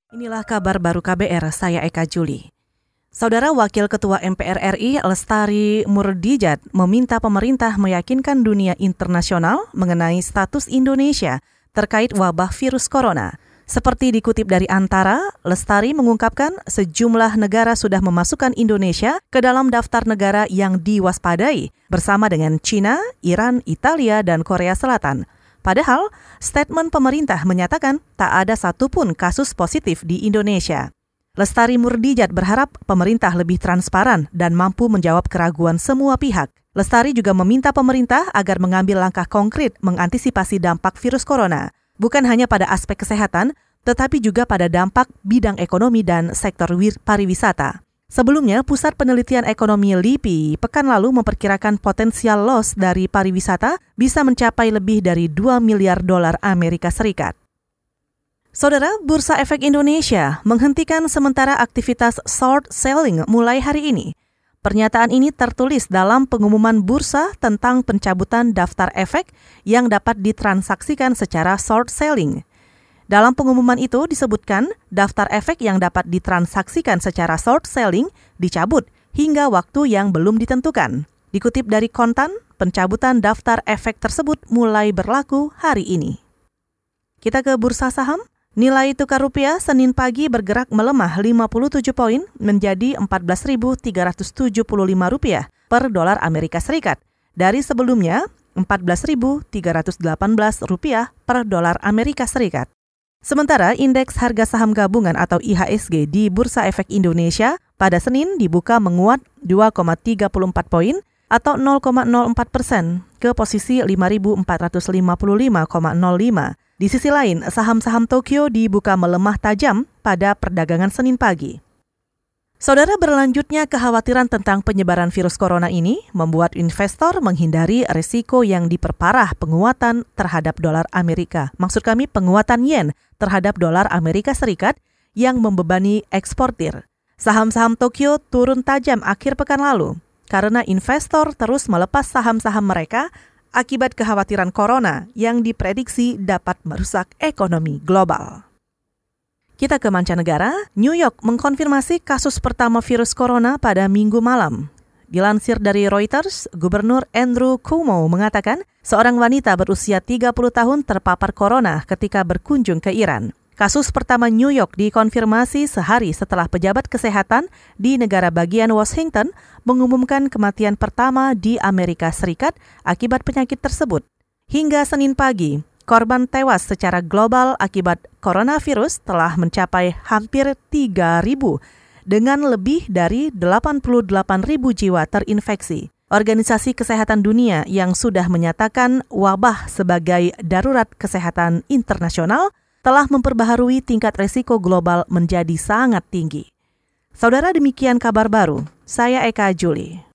Inilah kabar baru KBR, saya Eka Juli. Saudara Wakil Ketua MPR RI Lestari Murdijat meminta pemerintah meyakinkan dunia internasional mengenai status Indonesia terkait wabah virus corona. Seperti dikutip dari Antara, Lestari mengungkapkan sejumlah negara sudah memasukkan Indonesia ke dalam daftar negara yang diwaspadai bersama dengan China, Iran, Italia, dan Korea Selatan. Padahal, statement pemerintah menyatakan tak ada satupun kasus positif di Indonesia. Lestari Murdijat berharap pemerintah lebih transparan dan mampu menjawab keraguan semua pihak. Lestari juga meminta pemerintah agar mengambil langkah konkret mengantisipasi dampak virus corona, bukan hanya pada aspek kesehatan, tetapi juga pada dampak bidang ekonomi dan sektor pariwisata. Sebelumnya, Pusat Penelitian Ekonomi LIPI pekan lalu memperkirakan potensial loss dari pariwisata bisa mencapai lebih dari 2 miliar dolar Amerika Serikat. Saudara, Bursa Efek Indonesia menghentikan sementara aktivitas short selling mulai hari ini. Pernyataan ini tertulis dalam pengumuman bursa tentang pencabutan daftar efek yang dapat ditransaksikan secara short selling. Dalam pengumuman itu disebutkan daftar efek yang dapat ditransaksikan secara short selling dicabut hingga waktu yang belum ditentukan. Dikutip dari Kontan, pencabutan daftar efek tersebut mulai berlaku hari ini. Kita ke bursa saham. Nilai tukar rupiah Senin pagi bergerak melemah 57 poin menjadi Rp14.375 per dolar Amerika Serikat. Dari sebelumnya Rp14.318 per dolar Amerika Serikat. Sementara indeks harga saham gabungan atau IHSG di Bursa Efek Indonesia pada Senin dibuka menguat 2,34 poin atau 0,04% ke posisi 5.455,05. Di sisi lain, saham-saham Tokyo dibuka melemah tajam pada perdagangan Senin pagi. Saudara, berlanjutnya kekhawatiran tentang penyebaran virus corona ini membuat investor menghindari risiko yang diperparah penguatan terhadap dolar Amerika. Maksud kami penguatan yen terhadap dolar Amerika Serikat yang membebani eksportir. Saham-saham Tokyo turun tajam akhir pekan lalu karena investor terus melepas saham-saham mereka akibat kekhawatiran corona yang diprediksi dapat merusak ekonomi global. Kita ke mancanegara, New York mengkonfirmasi kasus pertama virus corona pada Minggu malam. Dilansir dari Reuters, Gubernur Andrew Cuomo mengatakan seorang wanita berusia 30 tahun terpapar corona ketika berkunjung ke Iran. Kasus pertama New York dikonfirmasi sehari setelah pejabat kesehatan di negara bagian Washington mengumumkan kematian pertama di Amerika Serikat akibat penyakit tersebut. Hingga Senin pagi, korban tewas secara global akibat coronavirus telah mencapai hampir 3.000 dengan lebih dari 88.000 jiwa terinfeksi. Organisasi Kesehatan Dunia yang sudah menyatakan wabah sebagai darurat kesehatan internasional telah memperbaharui tingkat risiko global menjadi sangat tinggi. Saudara, demikian kabar baru. Saya Eka Juli.